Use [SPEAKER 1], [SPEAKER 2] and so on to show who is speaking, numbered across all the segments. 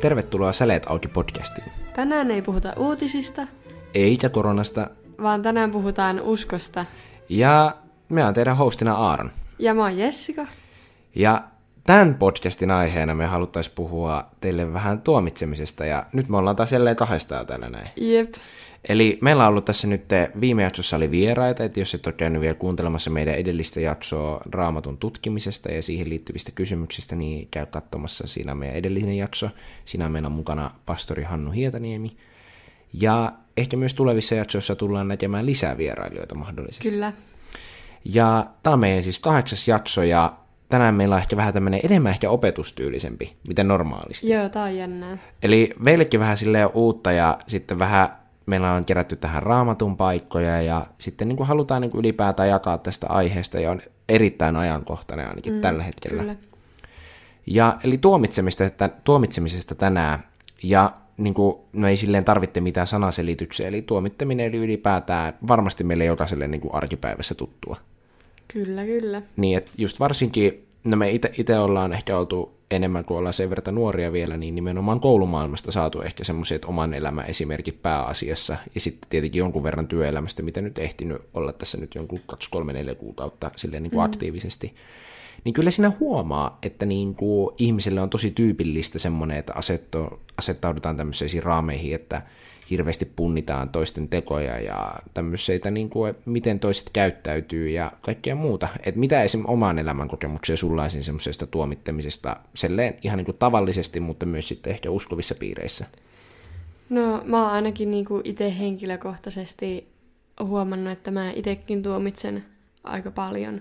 [SPEAKER 1] Tervetuloa Säleet auki podcastiin.
[SPEAKER 2] Tänään ei puhuta uutisista,
[SPEAKER 1] Eikä koronasta.
[SPEAKER 2] vaan tänään puhutaan uskosta.
[SPEAKER 1] Ja me on teidän hostina Aaron.
[SPEAKER 2] Ja mä oon Jessica.
[SPEAKER 1] Ja tämän podcastin aiheena me haluttaisiin puhua teille vähän tuomitsemisesta. Ja nyt me ollaan taas jälleen kahdestaan täällä näin.
[SPEAKER 2] Jep.
[SPEAKER 1] Eli meillä on ollut tässä nyt, viime jaksossa oli vieraita, että jos et ole käynyt vielä kuuntelemassa meidän edellistä jaksoa Raamatun tutkimisesta ja siihen liittyvistä kysymyksistä, niin käy katsomassa, siinä on meidän edellinen jakso. Siinä meillä on mukana pastori Hannu Hietaniemi. Ja ehkä myös tulevissa jaksoissa tullaan näkemään lisää vierailijoita mahdollisesti.
[SPEAKER 2] Kyllä.
[SPEAKER 1] Ja tämä on meidän siis 8. jakso, ja tänään meillä on ehkä vähän tämmöinen enemmän ehkä opetustyylisempi, miten normaalisti.
[SPEAKER 2] Joo, tää on jännää.
[SPEAKER 1] Eli meillekin vähän silleen uutta, ja sitten vähän meillä on kerätty tähän Raamatun paikkoja, ja sitten niin kuin halutaan niin kuin ylipäätään jakaa tästä aiheesta, ja on erittäin ajankohtainen ainakin tällä hetkellä.
[SPEAKER 2] Kyllä.
[SPEAKER 1] Ja eli tuomitsemisesta tänään, ja niin kuin, no ei silleen tarvitse mitään sanaselityksiä, eli tuomittaminen eli ylipäätään varmasti meille jokaiselle niin kuin arkipäivässä tuttua.
[SPEAKER 2] Kyllä, kyllä.
[SPEAKER 1] Niin, että just varsinkin, no me itse ollaan ehkä oltu enemmän kuin ollaan sen verran nuoria vielä, niin nimenomaan koulumaailmasta saatu ehkä semmoiset oman elämän esimerkit pääasiassa, ja sitten tietenkin jonkun verran työelämästä, mitä nyt ehtinyt olla tässä nyt jonkun 2, 3, 4 kuukautta silleen niin kuin aktiivisesti. Niin kyllä siinä huomaa, että niin kuin ihmiselle on tosi tyypillistä semmoinen, että asettaudutaan tämmöisiin raameihin, että hirveästi punnitaan toisten tekoja ja tämmöiseitä, niin kuin, miten toiset käyttäytyy ja kaikkea muuta. Että mitä esim. Oman elämän kokemuksia sulla esim. Semmoisesta tuomittamisesta, selleen ihan niin kuin tavallisesti, mutta myös sitten ehkä uskovissa piireissä?
[SPEAKER 2] No, mä oon ainakin niinku itse henkilökohtaisesti huomannut, että mä itsekin tuomitsen aika paljon.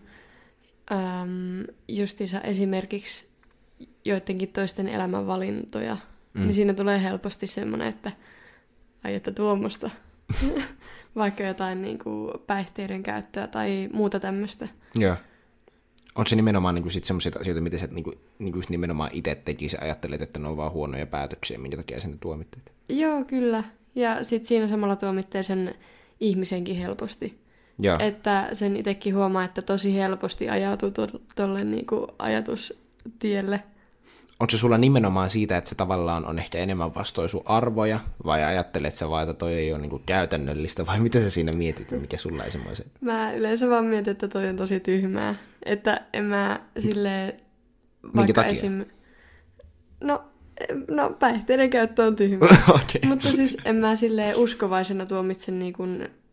[SPEAKER 2] Justiinsa esimerkiksi joidenkin toisten elämänvalintoja, niin siinä tulee helposti semmoinen, että ai että tuommoista, vaikka jotain niin kuin päihteiden käyttöä tai muuta tämmöistä.
[SPEAKER 1] Joo. On se nimenomaan niin sitten semmoisia asioita, miten sä niin just nimenomaan itse tekisi ja ajattelet, että ne on vaan huonoja päätöksiä, minkä takia sen tuomitteet?
[SPEAKER 2] Joo, kyllä. Ja sitten siinä samalla tuomittee sen ihmisenkin helposti.
[SPEAKER 1] Joo.
[SPEAKER 2] Että sen itsekin huomaa, että tosi helposti ajautuu tolle niinku ajatustielle.
[SPEAKER 1] Onko se sulla nimenomaan siitä, että se tavallaan on ehkä enemmän vastoin sun arvoja, vai ajattelet sä vaan, että toi ei ole niinku käytännöllistä, vai mitä sä siinä mietit, mikä sulla ei semmoisen?
[SPEAKER 2] Mä yleensä vaan mietin, että toi on tosi tyhmää. Että en mä silleen...
[SPEAKER 1] Minkä takia?
[SPEAKER 2] No päihteiden käyttö on tyhmää.
[SPEAKER 1] Okay.
[SPEAKER 2] Mutta siis en mä silleen uskovaisena tuomitse niinku...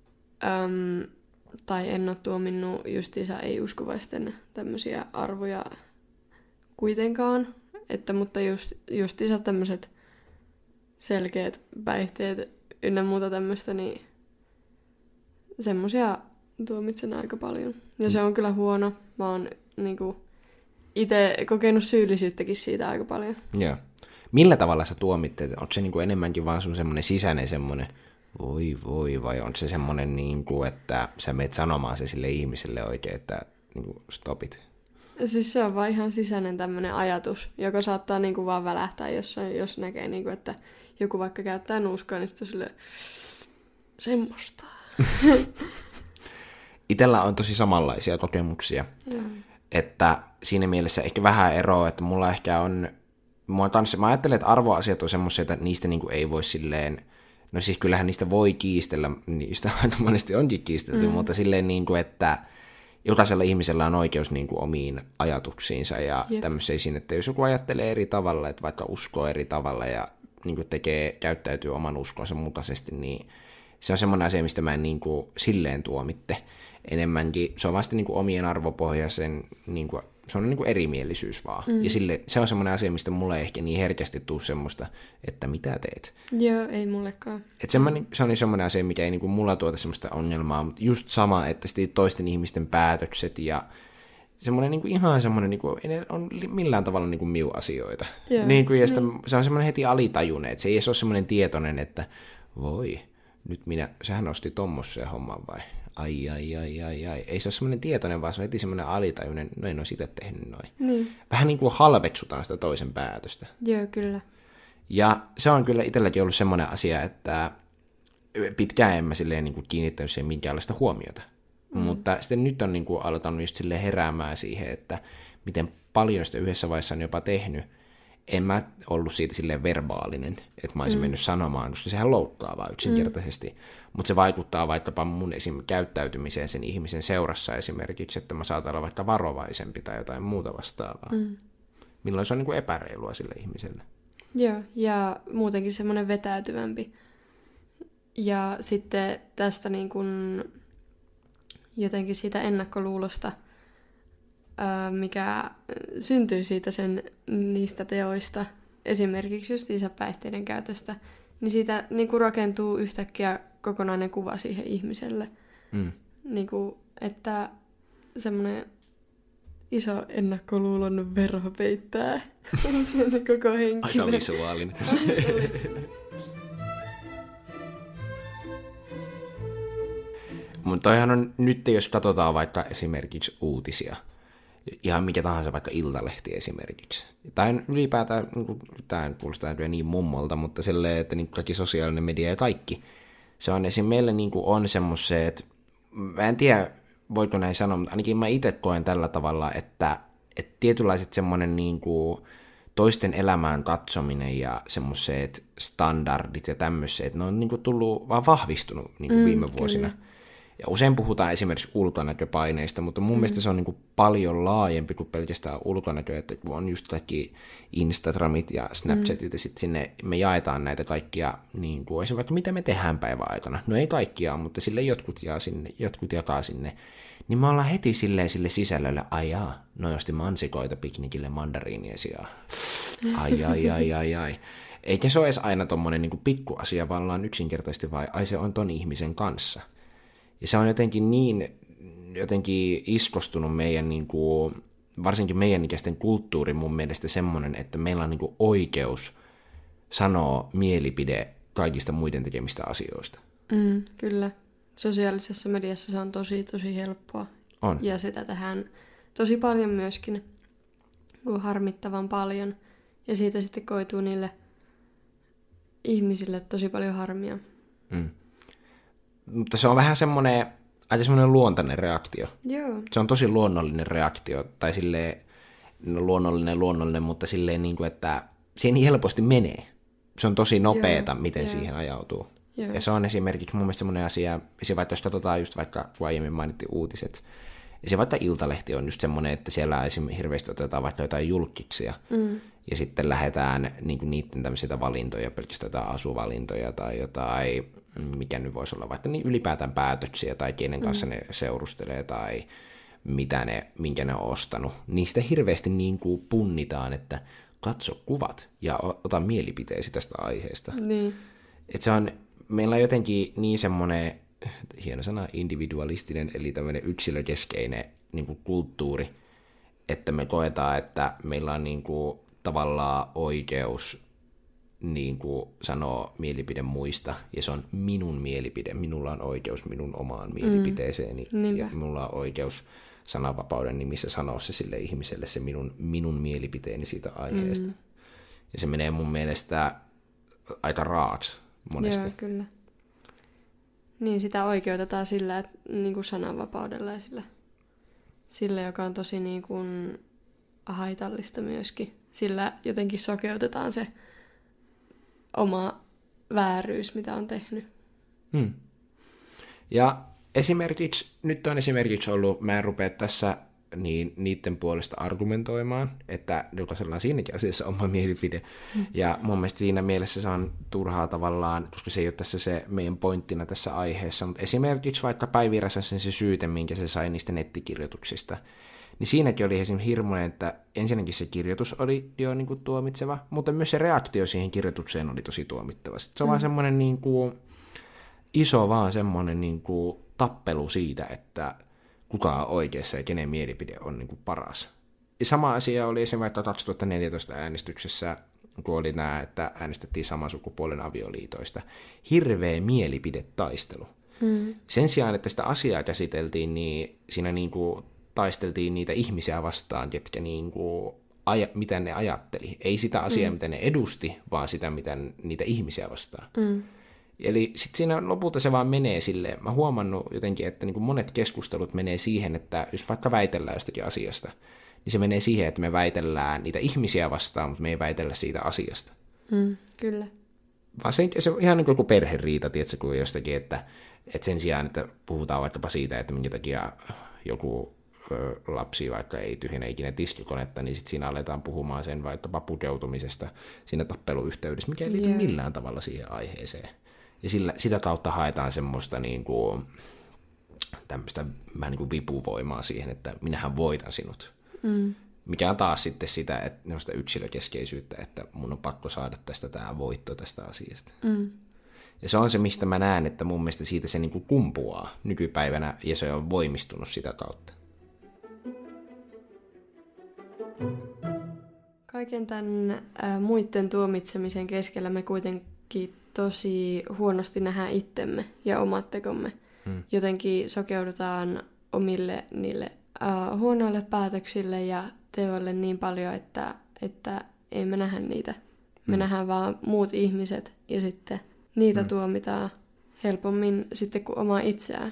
[SPEAKER 2] tai en ole tuominnut justiinsa ei-uskovaisten tämmöisiä arvoja kuitenkaan. Mutta justiinsa tämmöiset selkeät päihteet ynnä muuta tämmöistä, niin semmoisia tuomitsen aika paljon. Ja se on kyllä huono. Mä oon niinku itse kokenut syyllisyyttäkin siitä aika paljon.
[SPEAKER 1] Joo. Millä tavalla sä tuomitteet? Onko se niinku enemmänkin vaan sun semmoinen sisäinen semmoinen voi, vai on se semmoinen, niinku, että sä meet sanomaan se sille ihmiselle oikein, että niinku, stopit?
[SPEAKER 2] Siis se on vaan ihan sisäinen tämmöinen ajatus, joka saattaa niinku vaan välähtää jossain, jos näkee, niinku, että joku vaikka käyttää nuuskaa, niin sitten silleen, semmoista.
[SPEAKER 1] Itellä on tosi samanlaisia kokemuksia, että siinä mielessä ehkä vähän eroa, että mulla ehkä on, mä ajattelen, että arvoasiat on semmoisia, että niistä niinku ei voi silleen, no siis kyllähän niistä voi kiistellä, niistä aika monesti onkin kiistelty, mutta silleen niin kuin, että jokaisella ihmisellä on oikeus niin kuin omiin ajatuksiinsa ja tämmöisiin, että jos joku ajattelee eri tavalla, että vaikka uskoo eri tavalla ja niin kuin käyttäytyy oman uskonsa mukaisesti, niin se on semmoinen asia, mistä mä en niin kuin silleen tuomitte enemmänkin. Se on vasta niin kuin omien arvopohjaisen, niin kuin, se on niin kuin erimielisyys vaan. Ja se on semmoinen asia, mistä mulle ei ehkä niin herkästi tule semmoista, että mitä teet.
[SPEAKER 2] Joo, ei mullekaan.
[SPEAKER 1] Se on semmoinen asia, mikä ei niin kuin mulla tuota semmoista ongelmaa, mutta just sama, että sitten toisten ihmisten päätökset ja semmoinen niin kuin ihan semmoinen, niin kuin, ei on millään tavalla niin kuin miu-asioita. Niin kuin, ja se on semmoinen heti alitajuinen, että se ei edes ole semmoinen tietoinen, että voi, nyt sehän nosti tommoseen homman vai? Ai. Ei se ole semmoinen tietoinen, vaan se on heti semmoinen alitajuinen, no en ole sitä tehnyt noin. Niin. Vähän niin kuin halveksutaan sitä toisen päätöstä.
[SPEAKER 2] Joo, kyllä.
[SPEAKER 1] Ja se on kyllä itselläkin ollut semmoinen asia, että pitkään en mä silleen niin kuin kiinnittänyt siihen minkäänlaista huomiota. Mutta sitten nyt on niin kuin aloittanut just silleen heräämään siihen, että miten paljon sitä yhdessä vaiheessa on jopa tehnyt, en mä ollut siitä silleen verbaalinen, että mä olisin mennyt sanomaan, koska sehän loukkaa vaan yksinkertaisesti. Mutta se vaikuttaa vaikkapa mun käyttäytymiseen sen ihmisen seurassa esimerkiksi, että mä saatan olla vaikka varovaisempi tai jotain muuta vastaavaa. Milloin se on niin kuin epäreilua sille ihmiselle.
[SPEAKER 2] Joo, ja muutenkin semmoinen vetäytyvämpi. Ja sitten tästä niin kuin jotenkin siitä ennakkoluulosta, mikä syntyy siitä niistä teoista, esimerkiksi just päihteiden käytöstä, niin siitä niin kuin rakentuu yhtäkkiä kokonainen kuva siihen ihmiselle. Niin kuin, että semmoinen iso ennakkoluulon verho peittää sen koko henkilön.
[SPEAKER 1] Aika visuaalinen. Mutta toihan on nyt, jos katsotaan vaikka esimerkiksi uutisia, ihan mikä tahansa, vaikka Iltalehti esimerkiksi. Tai ylipäätään, tämä kuulostaa niin mummolta, mutta silleen, että niin kaikki sosiaalinen media ja kaikki, se on esim. Meille niin on semmoiset, mä en tiedä, voiko näin sanoa, mutta ainakin mä itse koen tällä tavalla, että tietynlaiset semmoinen niin kuin toisten elämään katsominen ja semmoiset standardit ja tämmöiset, ne on niin kuin tullut vaan vahvistunut niin kuin viime vuosina. Kyllä. Ja usein puhutaan esimerkiksi ulkonäköpaineista, mutta mun mielestä se on niin kuin paljon laajempi kuin pelkästään ulkonäkö, että kun on just kaikki Instagramit ja Snapchatit ja sitten sinne me jaetaan näitä kaikkia, niin kuin esimerkiksi vaikka mitä me tehdään päivän aikana. No ei kaikkia, mutta sille jotkut jakaa sinne. Niin me ollaan heti sille sisällölle, ai jaa, noi osti mansikoita piknikille mandariinien sijaan. Ai. Eikä se ole edes aina tommonen niin kuin pikkuasia, vaan ollaan yksinkertaisesti vai ai se on ton ihmisen kanssa. Ja se on jotenkin iskostunut meidän, niin kuin, varsinkin meidän ikäisten kulttuuri mun mielestä semmoinen, että meillä on niin kuin oikeus sanoa mielipide kaikista muiden tekemistä asioista.
[SPEAKER 2] Kyllä. Sosiaalisessa mediassa se on tosi, tosi helppoa.
[SPEAKER 1] On.
[SPEAKER 2] Ja sitä tehdään tosi paljon myöskin, harmittavan paljon. Ja siitä sitten koituu niille ihmisille tosi paljon harmia. Mutta
[SPEAKER 1] se on vähän semmoinen luontainen reaktio.
[SPEAKER 2] Joo.
[SPEAKER 1] Se on tosi luonnollinen reaktio, tai silleen luonnollinen, mutta silleen niin kuin, että siihen helposti menee. Se on tosi nopeeta, miten siihen ajautuu.
[SPEAKER 2] Joo.
[SPEAKER 1] Ja se on esimerkiksi mun mielestä semmoinen asia, vaikka jos katsotaan just vaikka, kun aiemmin mainittiin uutiset, ja se vaikka Iltalehti on just semmoinen, että siellä esimerkiksi hirveästi otetaan vaikka jotain julkkiksia, ja sitten lähdetään niin kuin niiden tämmöisiä valintoja, pelkästään jotain asuvalintoja tai jotain, mikä nyt voisi olla vaikka niin ylipäätään päätöksiä tai kenen kanssa ne seurustelee tai minkä ne on ostanut. Niistä hirveästi niin kuin punnitaan, että katso kuvat ja ota mielipiteesi tästä aiheesta.
[SPEAKER 2] Niin.
[SPEAKER 1] Että se on, meillä on jotenkin niin semmoinen, hieno sana, individualistinen, eli tämmöinen yksilökeskeinen niin kuin kulttuuri, että me koetaan, että meillä on niin kuin tavallaan oikeus niin kuin sanoo mielipide muista, ja se on minun mielipide. Minulla on oikeus minun omaan mielipiteeseeni, ja minulla on oikeus sananvapauden nimissä sanoa se sille ihmiselle, se minun mielipiteeni siitä aiheesta. Ja se menee mun mielestä aika raaksi monesti.
[SPEAKER 2] Joo, kyllä. Niin, sitä oikeutetaan sillä, että niin kuin sananvapaudella ja sillä, joka on tosi niin kuin haitallista myöskin. Sillä jotenkin sokeutetaan se oma vääryys, mitä on tehnyt.
[SPEAKER 1] Ja nyt on esimerkiksi ollut, mä en rupea tässä niiden puolesta argumentoimaan, että jokaisella on siinäkin asiassa oma mielipide. Ja mun mielestä siinä mielessä se on turhaa tavallaan, koska se ei ole tässä se meidän pointtina tässä aiheessa, mutta esimerkiksi vaikka Päivi Räsäsen se syyte, minkä se sai niistä nettikirjoituksista, niin siinäkin oli esimerkiksi hirmuinen, että ensinnäkin se kirjoitus oli jo niin kuin tuomitseva, mutta myös se reaktio siihen kirjoitukseen oli tosi tuomittava. Se on vaan semmoinen niin kuin iso vaan semmoinen niin kuin tappelu siitä, että kuka on oikeassa ja kenen mielipide on niin kuin paras. Ja sama asia oli esimerkiksi vaikka 2014 äänestyksessä, kun oli nämä, että äänestettiin saman sukupuolen avioliitoista. Hirveä mielipidetaistelu. Sen sijaan, että sitä asiaa käsiteltiin, niin siinä niin kuin taisteltiin niitä ihmisiä vastaan, ketkä niin kuin mitä ne ajatteli. Ei sitä asiaa, mitä ne edusti, vaan sitä, mitä niitä ihmisiä vastaan. Eli sitten siinä lopulta se vaan menee silleen. Mä huomannut jotenkin, että niin kuin monet keskustelut menee siihen, että jos vaikka väitellään jostakin asiasta, niin se menee siihen, että me väitellään niitä ihmisiä vastaan, mutta me ei väitellä siitä asiasta.
[SPEAKER 2] Kyllä.
[SPEAKER 1] Vaan se on ihan niin kuin joku perheriita, tiedätkö, kuin jostakin, että sen sijaan, että puhutaan vaikkapa siitä, että minkä takia joku lapsi vaikka ei tyhjennä ikinä tiskikonetta, niin sitten siinä aletaan puhumaan sen vaikkapa pukeutumisesta siinä tappeluyhteydessä, mikä ei liity millään tavalla siihen aiheeseen. Ja sitä kautta haetaan semmoista niin kuin, tämmöistä vähän niin kuin vipuvoimaa siihen, että minähän voitan sinut. Mikä on taas sitten sitä, että yksilökeskeisyyttä, että mun on pakko saada tästä tämä voitto tästä asiasta. Ja se on se, mistä mä näen, että mun mielestä siitä se niin kuin kumpuaa nykypäivänä, ja se on voimistunut sitä kautta.
[SPEAKER 2] Kaiken tämän muiden tuomitsemisen keskellä me kuitenkin tosi huonosti nähdään itsemme ja omat tekomme. Jotenkin sokeudutaan omille niille huonoille päätöksille ja teoille niin paljon, että ei me nähdä niitä. Me nähdään vaan muut ihmiset ja sitten niitä tuomitaan helpommin sitten kuin omaa itseään.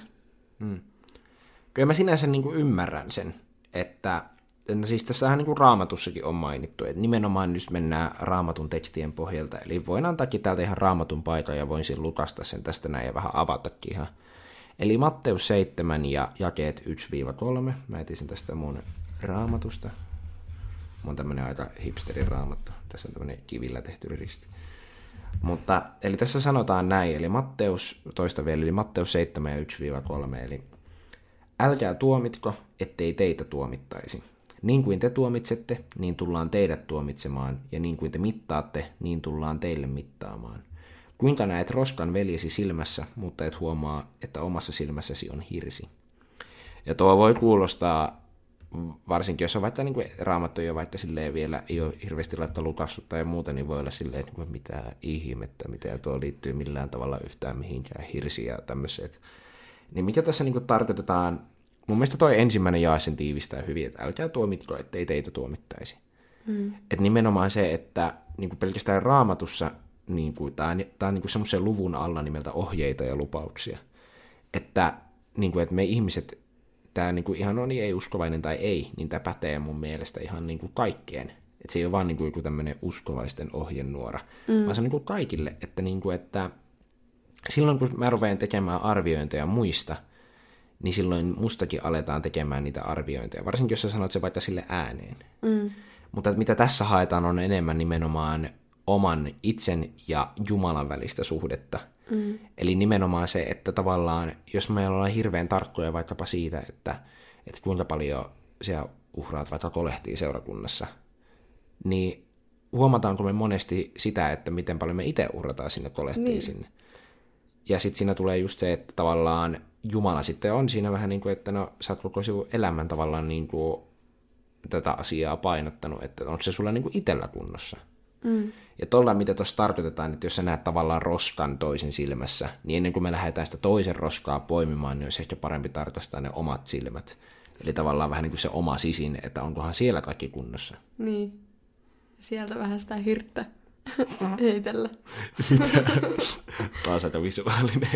[SPEAKER 1] Kyllä mä sinänsä niin kuin ymmärrän sen, että no siis tässähän niin kuin Raamatussakin on mainittu, että nimenomaan nyt mennään Raamatun tekstien pohjalta, eli voin antaakin täältä ihan Raamatun paikan ja voin siinä lukasta sen tästä näin ja vähän avatakin ihan. Eli Matteus 7 ja jakeet 1-3, mä etin sen tästä mun Raamatusta. Mun on tämmönen aika hipsterin raamattu, tässä on tämmönen kivillä tehty risti. Mutta, eli tässä sanotaan näin, eli Matteus, toista vielä, eli Matteus 7 ja 1-3, eli älkää tuomitko, ettei teitä tuomittaisi. Niin kuin te tuomitsette, niin tullaan teidät tuomitsemaan, ja niin kuin te mittaatte, niin tullaan teille mittaamaan. Kuinka näet roskan veljesi silmässä, mutta et huomaa, että omassa silmässäsi on hirsi. Ja tuo voi kuulostaa, varsinkin jos on vaikka niin kuin Raamattu jo vaikka silleen vielä ei ole hirveästi laittaa lukassut tai muuta, niin voi olla silleen, että mitä ihmettä, mitä tuo liittyy millään tavalla yhtään mihinkään, hirsiä ja tämmöiset. Niin mikä tässä niin kuin tarkoitetaan, mun mielestä toi ensimmäinen jae sen tiivistää hyvin, että älkää tuomitko, ettei teitä tuomittaisi. Että nimenomaan se, että niin kuin pelkästään Raamatussa niin tämä on niin kuin semmoisen luvun alla nimeltä ohjeita ja lupauksia. Että, niin kuin, että me ihmiset, tämä niin kuin ihan on niin ei-uskovainen tai ei, niin tämä pätee mun mielestä ihan niin kuin kaikkien. Että se ei ole vaan niin kuin joku tämmöinen uskovaisten ohjenuora, vaan se on niin kuin kaikille. Että, niin kuin, että silloin kun mä rupean tekemään arviointeja muista, niin silloin mustakin aletaan tekemään niitä arviointeja. Varsinkin jos sä sanot se vaikka sille ääneen. Mutta mitä tässä haetaan on enemmän nimenomaan oman itsen ja Jumalan välistä suhdetta. Eli nimenomaan se, että tavallaan, jos me ollaan hirveän tarkkoja vaikkapa siitä, että kuinka paljon siellä uhraat vaikka kolehtii seurakunnassa, niin huomataanko me monesti sitä, että miten paljon me itse uhrataan sinne kolehtiin sinne. Ja sitten siinä tulee just se, että tavallaan Jumala sitten on siinä vähän niin kuin, että no sä oot koko sinun elämän tavallaan niin kuin tätä asiaa painottanut, että onko se sulla niin kuin itsellä kunnossa. Ja tuolla, mitä tuossa tarkoitetaan, että jos sä näet tavallaan roskan toisen silmässä, niin ennen kuin me lähdetään sitä toisen roskaa poimimaan, niin olisi ehkä parempi tarkastaa ne omat silmät. Eli tavallaan vähän niin kuin se oma sisin, että onkohan siellä kaikki kunnossa.
[SPEAKER 2] Niin. Sieltä vähän sitä hirttä heitellä.
[SPEAKER 1] Mitä? Taas aika visuaalinen.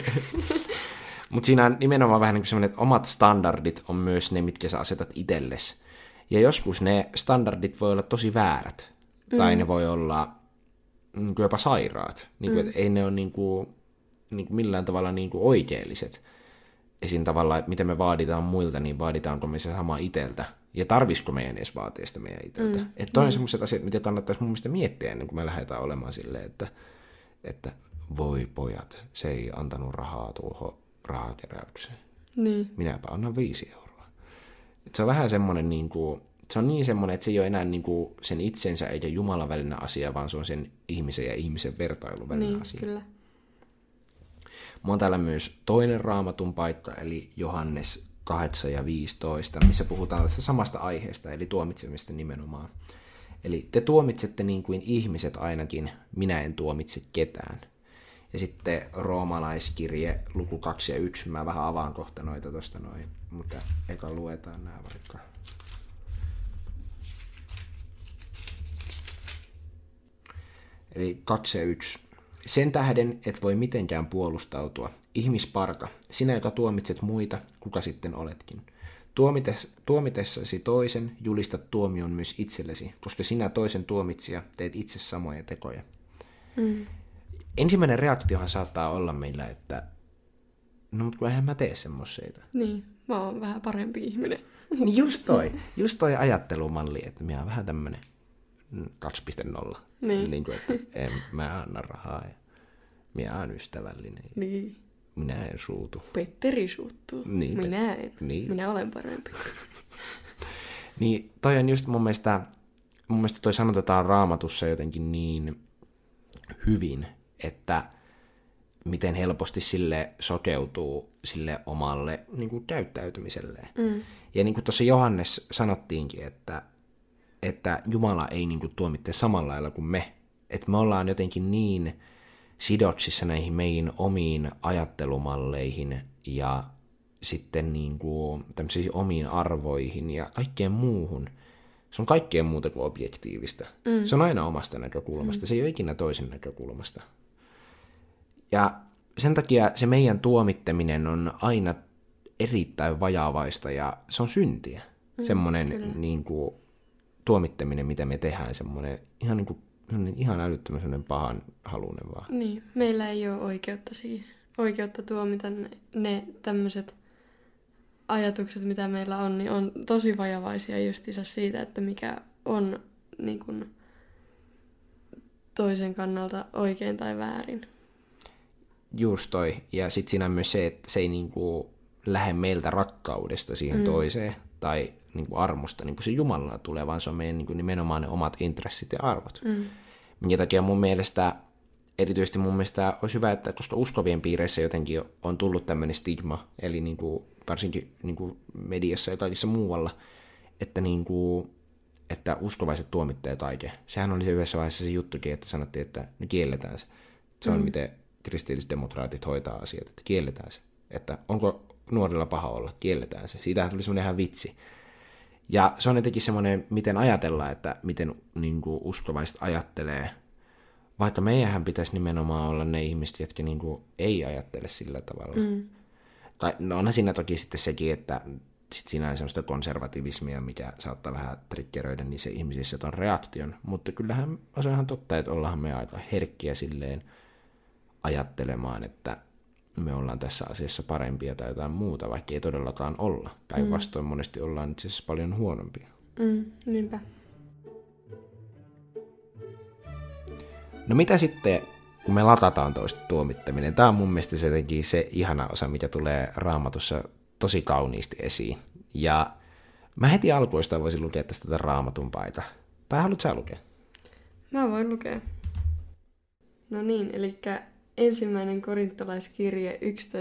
[SPEAKER 1] Mutta siinä on nimenomaan vähän niin kuin semmoinen, että omat standardit on myös ne, mitkä sä asetat itsellesi. Ja joskus ne standardit voi olla tosi väärät. Tai ne voi olla niin kuin jopa sairaat. Niin kuin, että ei ne ole niin kuin millään tavalla niin kuin oikeelliset. Esim. Tavallaan, että miten me vaaditaan muilta, niin vaaditaanko me se sama itseltä. Ja tarvisiko meidän edes vaatia sitä meidän itseltä. Että toi on semmoiset asiat, mitä kannattaisi mun mielestä miettiä ennen kuin me lähdetään olemaan silleen, että voi pojat, se ei antanut rahaa tuohon rahakeräykseen.
[SPEAKER 2] Niin.
[SPEAKER 1] Minäpä annan 5 euroa. Et se on vähän semmoinen niin kuin, se on niin semmoinen, että se ei ole enää niin kuin sen itsensä eikä Jumalan välinen asia, vaan se on sen ihmisen ja ihmisen vertailun välinen asia.
[SPEAKER 2] Kyllä.
[SPEAKER 1] Mulla on täällä myös toinen Raamatun paikka, eli Johannes 8 ja 15, missä puhutaan tästä samasta aiheesta, eli tuomitsemista nimenomaan. Eli te tuomitsette niin kuin ihmiset ainakin, minä en tuomitse ketään. Ja sitten roomalaiskirje, luku 2 ja 1, mä vähän avaan kohta noita tosta noin, mutta eka luetaan nämä vaikka. Eli 2 ja 1. Sen tähden et voi mitenkään puolustautua. Ihmisparka, sinä joka tuomitset muita, kuka sitten oletkin? Tuomitessasi toisen, julistat tuomion myös itsellesi, koska sinä toisen tuomitsija teet itse samoja tekoja. Ensimmäinen reaktiohan saattaa olla meillä, että no, mutta kun eihän mä tee semmoiseita.
[SPEAKER 2] Niin, mä oon vähän parempi ihminen.
[SPEAKER 1] Niin just toi ajattelumalli, että minä oon vähän tämmönen 2.0. Niin kuin, että en mä anna rahaa ja minä oon ystävällinen.
[SPEAKER 2] Niin.
[SPEAKER 1] Minä en suutu.
[SPEAKER 2] Petteri suuttuu.
[SPEAKER 1] Niin,
[SPEAKER 2] minä en.
[SPEAKER 1] Niin.
[SPEAKER 2] Minä olen parempi.
[SPEAKER 1] Niin, toi on just mun mielestä toi sanotetaan Raamatussa jotenkin niin hyvin, että miten helposti sille sokeutuu sille omalle niin kuin käyttäytymiselleen. Ja niin kuin tuossa Johannes sanottiinkin, että Jumala ei niin kuin tuomitte samalla lailla kuin me. Että me ollaan jotenkin niin sidoksissa näihin meidän omiin ajattelumalleihin ja sitten niin kuin tämmöisiin omiin arvoihin ja kaikkeen muuhun. Se on kaikkeen muuta kuin objektiivista. Se on aina omasta näkökulmasta. Se ei ole ikinä toisen näkökulmasta. Ja sen takia se meidän tuomittaminen on aina erittäin vajavaista ja se on syntiä. Semmoinen niin kuin tuomittaminen, mitä me tehdään, semmoinen ihan, niin kuin, ihan älyttömän semmoinen pahan halunen vaan. Niin,
[SPEAKER 2] meillä ei ole oikeutta siihen. Oikeutta tuomita ne tämmöiset ajatukset, mitä meillä on, niin on tosi vajavaisia justiinsa siitä, että mikä on niin kuin, toisen kannalta oikein tai väärin.
[SPEAKER 1] Just toi. Ja sitten siinä on myös se, että se ei niinku lähde meiltä rakkaudesta siihen toiseen tai niinku armosta, niin kuin se Jumalalla tulee, vaan se on meidän niinku nimenomaan ne omat intressit ja arvot. Minkä takia erityisesti mun mielestä olisi hyvä, että koska uskovien piireissä jotenkin on tullut tämmöinen stigma, eli niinku, varsinkin niinku mediassa ja kaikissa muualla, että uskovaiset tuomitteet kaiken. Sehän oli se yhdessä vaiheessa se juttukin, että sanottiin, että ne kielletään se. Se on miten kristillisdemokraatit hoitaa asiat, että kielletään se. Että onko nuorilla paha olla, kielletään se. Siitähän tuli semmoinen ihan vitsi. Ja se on jotenkin semmoinen, miten ajatellaan, että miten niin kuin uskovaiset ajattelee. Vaikka meidänhän pitäisi nimenomaan olla ne ihmiset, jotka niin kuin ei ajattele sillä tavalla. Tai no onhan siinä toki sitten sekin, että sit siinä on semmoista konservativismia, mikä saattaa vähän triggeröidä niissä ihmisissä ton reaktion. Mutta kyllähän se on ihan totta, että ollaan me aika herkkiä silleen ajattelemaan, että me ollaan tässä asiassa parempia tai jotain muuta, vaikka ei todellakaan olla. Päinvastoin monesti ollaan itse asiassa paljon huonompia.
[SPEAKER 2] Niinpä.
[SPEAKER 1] No mitä sitten, kun me latataan toista tuomittaminen? Tämä on mun mielestä se jotenkin se ihana osa, mikä tulee Raamatussa tosi kauniisti esiin. Ja mä heti alkuista voisin lukea tästä tätä Raamatun paikkaa. Tai haluatko sä lukea?
[SPEAKER 2] Mä voin lukea. No niin, eli 1. Korintolaiskirje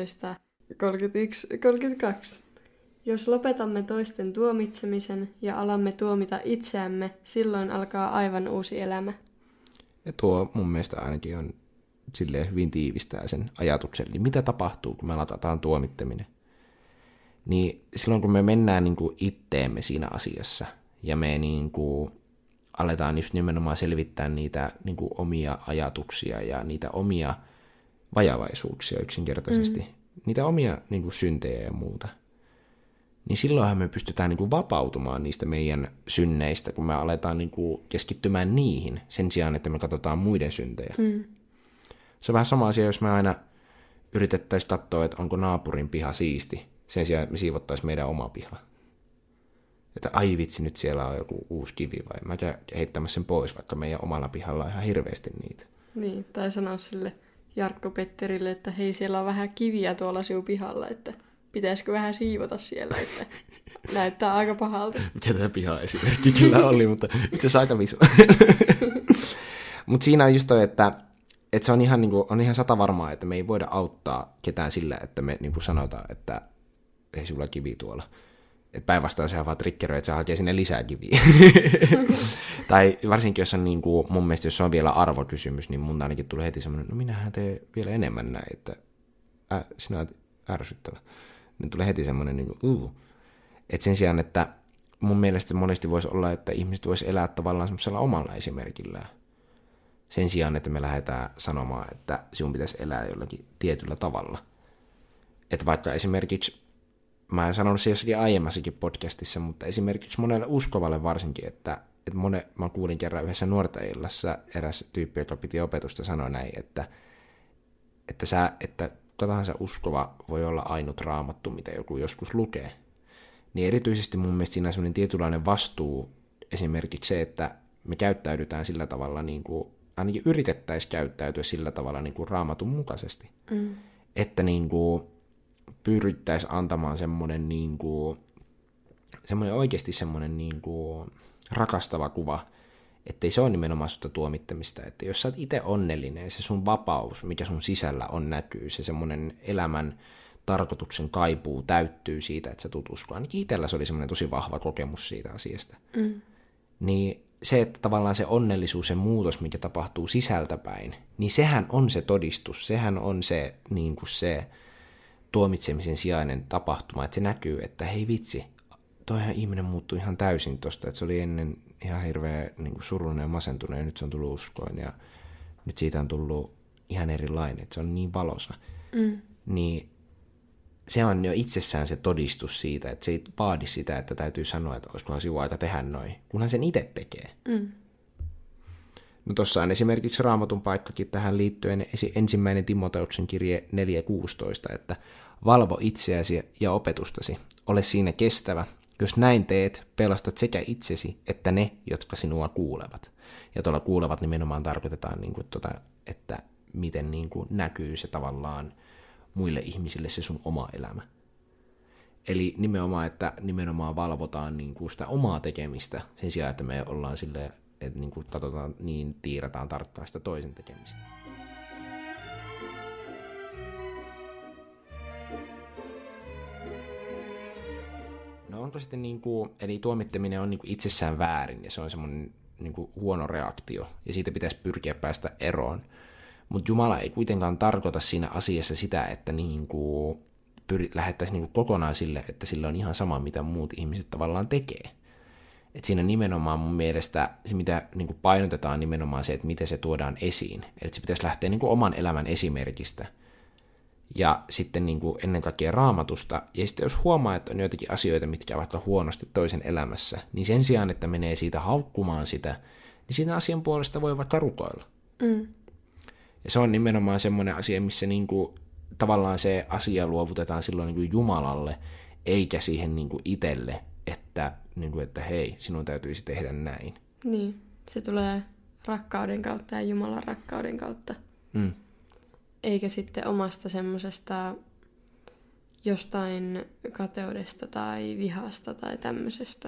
[SPEAKER 2] 11:31-32. Jos lopetamme toisten tuomitsemisen ja alamme tuomita itseämme, silloin alkaa aivan uusi elämä.
[SPEAKER 1] Ja tuo mun mielestä ainakin on silleen hyvin tiivistää sen ajatuksen. Eli mitä tapahtuu, kun me latataan tuomittaminen? Niin silloin, kun me mennään niin kuin itteemme siinä asiassa ja me niin kuin aletaan just nimenomaan selvittää niitä niin kuin omia ajatuksia ja niitä omia vajavaisuuksia yksinkertaisesti, niitä omia niin kuin syntejä ja muuta, niin silloinhan me pystytään niin kuin vapautumaan niistä meidän synneistä, kun me aletaan niin kuin keskittymään niihin sen sijaan, että me katsotaan muiden syntejä. Se on vähän sama asia, jos me aina yritettäisiin katsoa, että onko naapurin piha siisti, sen sijaan, että me siivottaisiin meidän oma piha. Että ai vitsi, nyt siellä on joku uusi kivi, vai mä käyn heittämässä sen pois, vaikka meidän omalla pihalla on ihan hirveästi niitä.
[SPEAKER 2] Niin, tai sanoa sille Jarkko Petterille, että hei, siellä on vähän kiviä tuolla sinun pihalla, että pitäisikö vähän siivota siellä, että näyttää aika pahalta.
[SPEAKER 1] Mikä tämä piha-esimerkki kyllä oli, mutta itse asiassa aika visu. Mutta siinä on just toi, että se on ihan, niinku, on ihan satavarmaa, että me ei voida auttaa ketään sillä, että me niinku sanotaan, että ei sulla kivi tuolla. Että päinvastoin sehän vaan triggeröi, että se hakee sinne lisää kiviä. Tai varsinkin, jos on niinku, mun mielestä, jos on vielä arvokysymys, niin mun ainakin tulee heti semmoinen, no minähän teen vielä enemmän näin, että sinä olet ärsyttävä. Niin tulee heti semmoinen, niinku, että sen sijaan, että mun mielestä monesti voisi olla, että ihmiset vois elää tavallaan semmoisella omalla esimerkillään. Sen sijaan, että me lähdetään sanomaan, että sinun pitäisi elää jollakin tietyllä tavalla. Että vaikka esimerkiksi mä en sanonut se jossakin aiemmassakin podcastissa, mutta esimerkiksi monelle uskovalle varsinkin, että mä kuulin kerran yhdessä nuorten illassa eräs tyyppi, joka piti opetusta, sanoi näin, että tahansa uskova voi olla ainut raamattu, mitä joku joskus lukee. Niin erityisesti mun mielestä siinä on sellainen tietynlainen vastuu, esimerkiksi se, että me käyttäydytään sillä tavalla, niin kuin, ainakin yritettäisiin käyttäytyä sillä tavalla niin kuin raamatun mukaisesti. Että niin kuin, pyrittäisiin antamaan semmoinen niin kuin, oikeasti semmoinen niin kuin, rakastava kuva, ettei se ole nimenomaan susta tuomittamista, että jos sä oot itse onnellinen, se sun vapaus, mikä sun sisällä on, näkyy, se semmoinen elämän tarkoituksen kaipuu täyttyy siitä, että sä tulet uskoon. Ainakin itsellä se oli semmoinen tosi vahva kokemus siitä asiasta. Niin se, että tavallaan se onnellisuus ja muutos, mikä tapahtuu sisältäpäin, niin sehän on se todistus, sehän on se, niin kuin se tuomitsemisen sijainen tapahtuma, että se näkyy, että hei vitsi, toihan ihminen muuttui ihan täysin tosta, että se oli ennen ihan hirveä niin kuin surullinen ja masentunut, ja nyt se on tullut uskoon, ja nyt siitä on tullut ihan erilainen, että se on niin valoisa. Niin se on jo itsessään se todistus siitä, että se ei vaadi sitä, että täytyy sanoa, että olisikohan sinun aika tehdä noin, kunhan sen itse tekee. No tuossa on esimerkiksi Raamatun paikkakin tähän liittyen 1. Timoteuksen kirje 4.16, että valvo itseäsi ja opetustasi, ole siinä kestävä. Jos näin teet, pelastat sekä itsesi että ne, jotka sinua kuulevat. Ja tuolla kuulevat nimenomaan tarkoitetaan, niin kuin että miten niin kuin näkyy se tavallaan muille ihmisille se sun oma elämä. Eli nimenomaan, että nimenomaan valvotaan niin kuin sitä omaa tekemistä sen sijaan, että me ollaan silleen, että niin kuin katsotaan, niin tiirataan tarkkaan sitä toisen tekemistä. No onko sitten niin kuin, eli tuomittaminen on niin kuin itsessään väärin ja se on semmoinen niin kuin huono reaktio ja siitä pitäisi pyrkiä päästä eroon. Mutta Jumala ei kuitenkaan tarkoita siinä asiassa sitä, että niin kuin lähettäisiin niin kuin kokonaan sille, että sillä on ihan sama, mitä muut ihmiset tavallaan tekee. Et siinä nimenomaan mun mielestä se, mitä niin kuin painotetaan, nimenomaan se, että miten se tuodaan esiin. Eli se pitäisi lähteä niin kuin oman elämän esimerkistä ja sitten niin kuin ennen kaikkea Raamatusta. Ja sitten jos huomaa, että on joitakin asioita, mitkä vaikka huonosti toisen elämässä, niin sen sijaan, että menee siitä haukkumaan sitä, niin siinä asian puolesta voi vaikka rukoilla. Ja se on nimenomaan semmoinen asia, missä niin kuin, tavallaan se asia luovutetaan silloin niin kuin Jumalalle, eikä siihen niin kuin itselle, että, niin kuin, että hei, sinun täytyisi tehdä näin.
[SPEAKER 2] Niin, se tulee rakkauden kautta ja Jumalan rakkauden kautta. Eikä sitten omasta semmoisesta jostain kateudesta tai vihasta tai tämmöisestä.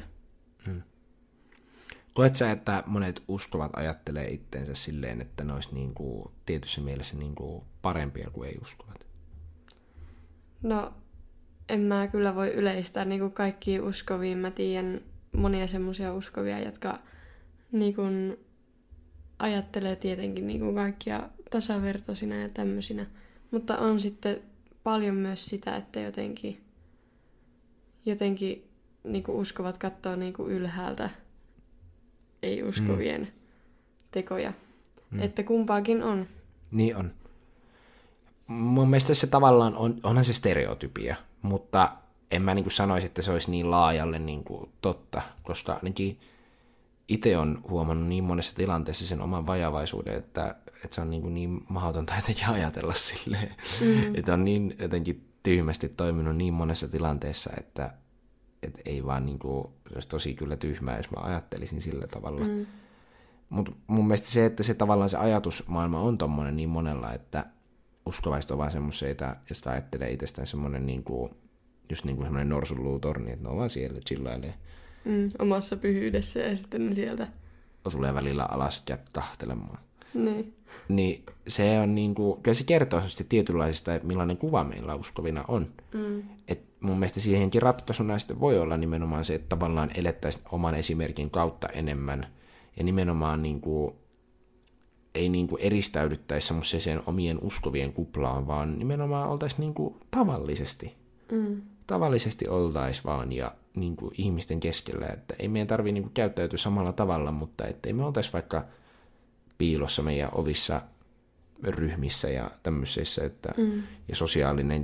[SPEAKER 1] Koet sä, että monet uskovat ajattelee itteensä silleen, että ne olisi niin kuin tietyssä mielessä niin kuin parempia kuin ei uskovat?
[SPEAKER 2] No, en mä kyllä voi yleistää niin kuin kaikkia uskovia. Mä tiedän monia semmoisia uskovia, jotka niin kuin ajattelee tietenkin niin kuin kaikkia tasavertoisina ja tämmöisinä. Mutta on sitten paljon myös sitä, että jotenkin niin kuin uskovat katsoo niin kuin ylhäältä ei-uskovien tekoja. Että kumpaakin on.
[SPEAKER 1] Niin on. Mun mielestä se tavallaan onhan se stereotypia, mutta en mä niin kuin sanoisi, että se olisi niin laajalle niin kuin totta, koska ainakin itse on huomannut niin monessa tilanteessa sen oman vajavaisuuden, että se on niin mahdotonta jotenkin ajatella silleen. Että on niin jotenkin tyhmästi toiminut niin monessa tilanteessa, että ei vaan niin kuin, se olisi tosi kyllä tyhmää, jos mä ajattelisin sillä tavalla. Mutta mun mielestä se, että se tavallaan se ajatusmaailma on tommonen niin monella, että uskovaiset on vaan semmoisia, josta ajattelee itsestään semmoinen niin kuin, just niin kuin semmoinen norsunluutorni, että ne on vaan siellä chillailee.
[SPEAKER 2] Omassa pyhyydessä ja sitten ne sieltä
[SPEAKER 1] tulee välillä alas kahtelemaan.
[SPEAKER 2] Niin
[SPEAKER 1] se on niinku, kyllä se kertoo tietynlaisista, että millainen kuva meillä uskovina on. Et mun mielestä siihenkin ratkaisuna sitten voi olla nimenomaan se, että tavallaan elettäisiin oman esimerkin kautta enemmän ja nimenomaan niinku, ei niinku eristäydyttäisi semmoiseen omien uskovien kuplaan, vaan nimenomaan oltaisiin niinku tavallisesti. Tavallisesti oltaisiin vaan ja niinku ihmisten keskellä, että ei meidän tarvitse niinku käyttäytyä samalla tavalla, mutta ettei me oltaisi vaikka piilossa meidän ovissa ryhmissä ja tämmöisissä, että ja sosiaalinen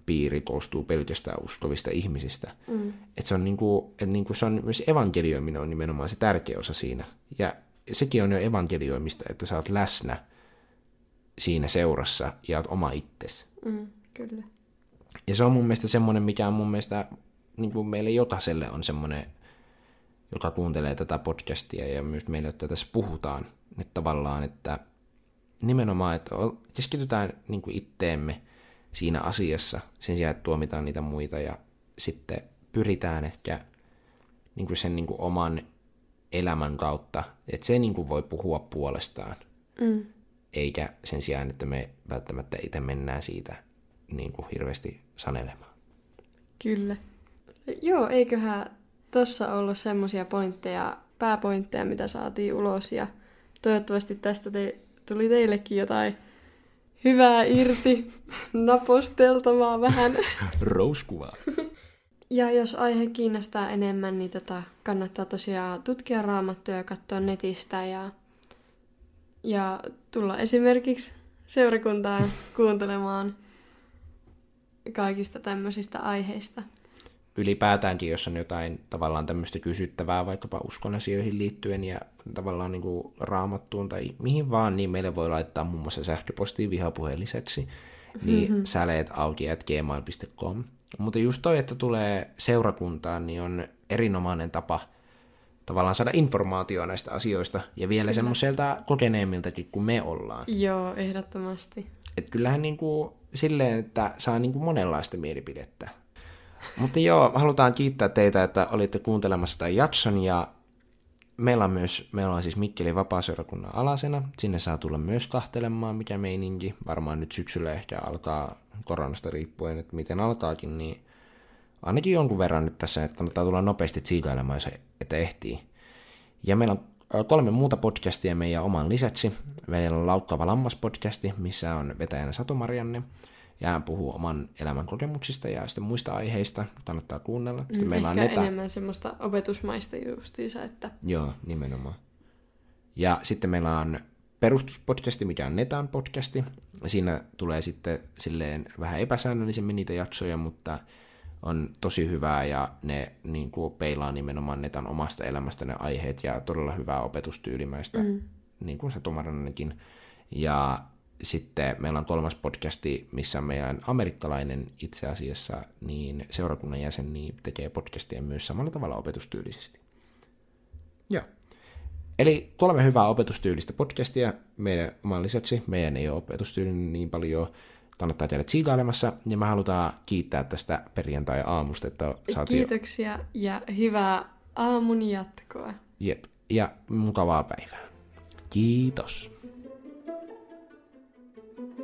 [SPEAKER 1] piiri koostuu pelkästään uskovista ihmisistä. Että se on, se on myös evankelioiminen on nimenomaan se tärkeä osa siinä. Ja sekin on jo evankelioimista, että sä oot läsnä siinä seurassa ja oot oma itsesi.
[SPEAKER 2] Kyllä.
[SPEAKER 1] Ja se on mun mielestä semmoinen, mikä on mun mielestä meille jokaiselle on semmoinen, joka kuuntelee tätä podcastia ja myös meille, että tässä puhutaan, että tavallaan, että nimenomaan, että keskitytään itteemme siinä asiassa sen sijaan, että tuomitaan niitä muita ja sitten pyritään ehkä sen oman elämän kautta, että se voi puhua puolestaan, eikä sen sijaan, että me välttämättä itse mennään siitä hirveästi sanelemaan.
[SPEAKER 2] Kyllä. Joo, eiköhän tossa ollut semmosia pääpointteja, mitä saatiin ulos, ja toivottavasti tästä tuli teillekin jotain hyvää irti, naposteltavaa vähän.
[SPEAKER 1] Rouskuvaa.
[SPEAKER 2] Ja jos aihe kiinnostaa enemmän, niin kannattaa tosiaan tutkia Raamattua ja katsoa netistä ja tulla esimerkiksi seurakuntaan kuuntelemaan kaikista tämmöisistä aiheista.
[SPEAKER 1] Ylipäätäänkin, jos on jotain tavallaan tämmöistä kysyttävää vaikkapa uskon asioihin liittyen ja tavallaan Raamattuun tai mihin vaan, niin meille voi laittaa muun muassa sähköpostiin Vihapuheen lisäksi, niin säleet@gmail.com. Mutta just toi, että tulee seurakuntaan, niin on erinomainen tapa tavallaan saada informaatiota näistä asioista ja vielä semmoiselta kokeneemmiltakin kuin me ollaan.
[SPEAKER 2] Joo, ehdottomasti.
[SPEAKER 1] Että kyllähän silleen, että saa monenlaista mielipidettä. Mutta joo, halutaan kiittää teitä, että olitte kuuntelemassa tämän jakson, ja meillä on siis Mikkelin vapaaseurakunnan alasena. Sinne saa tulla myös kahtelemaan, mikä meininki. Varmaan nyt syksyllä ehkä alkaa koronasta riippuen, että miten alkaakin, niin ainakin jonkun verran nyt tässä, että kannattaa tulla nopeasti tsiikailemaan, jos että ehtii. Ja meillä on 3 muuta podcastia meidän oman lisäksi. Meillä on Laukkava lammas-podcasti, missä on vetäjänä Satu Marianne. Ja hän puhuu oman elämän kokemuksista ja sitten muista aiheista. Kannattaa kuunnella. Sitten meillä on
[SPEAKER 2] Ehkä enemmän semmoista opetusmaista justiinsa, että...
[SPEAKER 1] Joo, nimenomaan. Ja sitten meillä on Perustuspodcasti, mikä on Netan podcasti. Siinä tulee sitten silleen vähän epäsäännöllisemmin niitä jaksoja, mutta on tosi hyvää ja ne peilaa nimenomaan Netan omasta elämästä ne aiheet ja todella hyvää opetustyylimäistä, niin kuin Satu Mariannenkin. Ja sitten meillä on 3. podcasti, missä meidän amerikkalainen itse asiassa niin seurakunnan jäsen niin tekee podcastia myös samalla tavalla opetustyylisesti. Joo. Eli 3 hyvää opetustyylistä podcastia meidän oman lisäksi. Meidän ei ole opetustyylinen niin paljon, kannattaa käydä tsiikailemassa. Ja me halutaan kiittää tästä perjantai-aamusta, että saatiin...
[SPEAKER 2] Kiitoksia ja hyvää aamun jatkoa.
[SPEAKER 1] Jep, ja mukavaa päivää. Kiitos.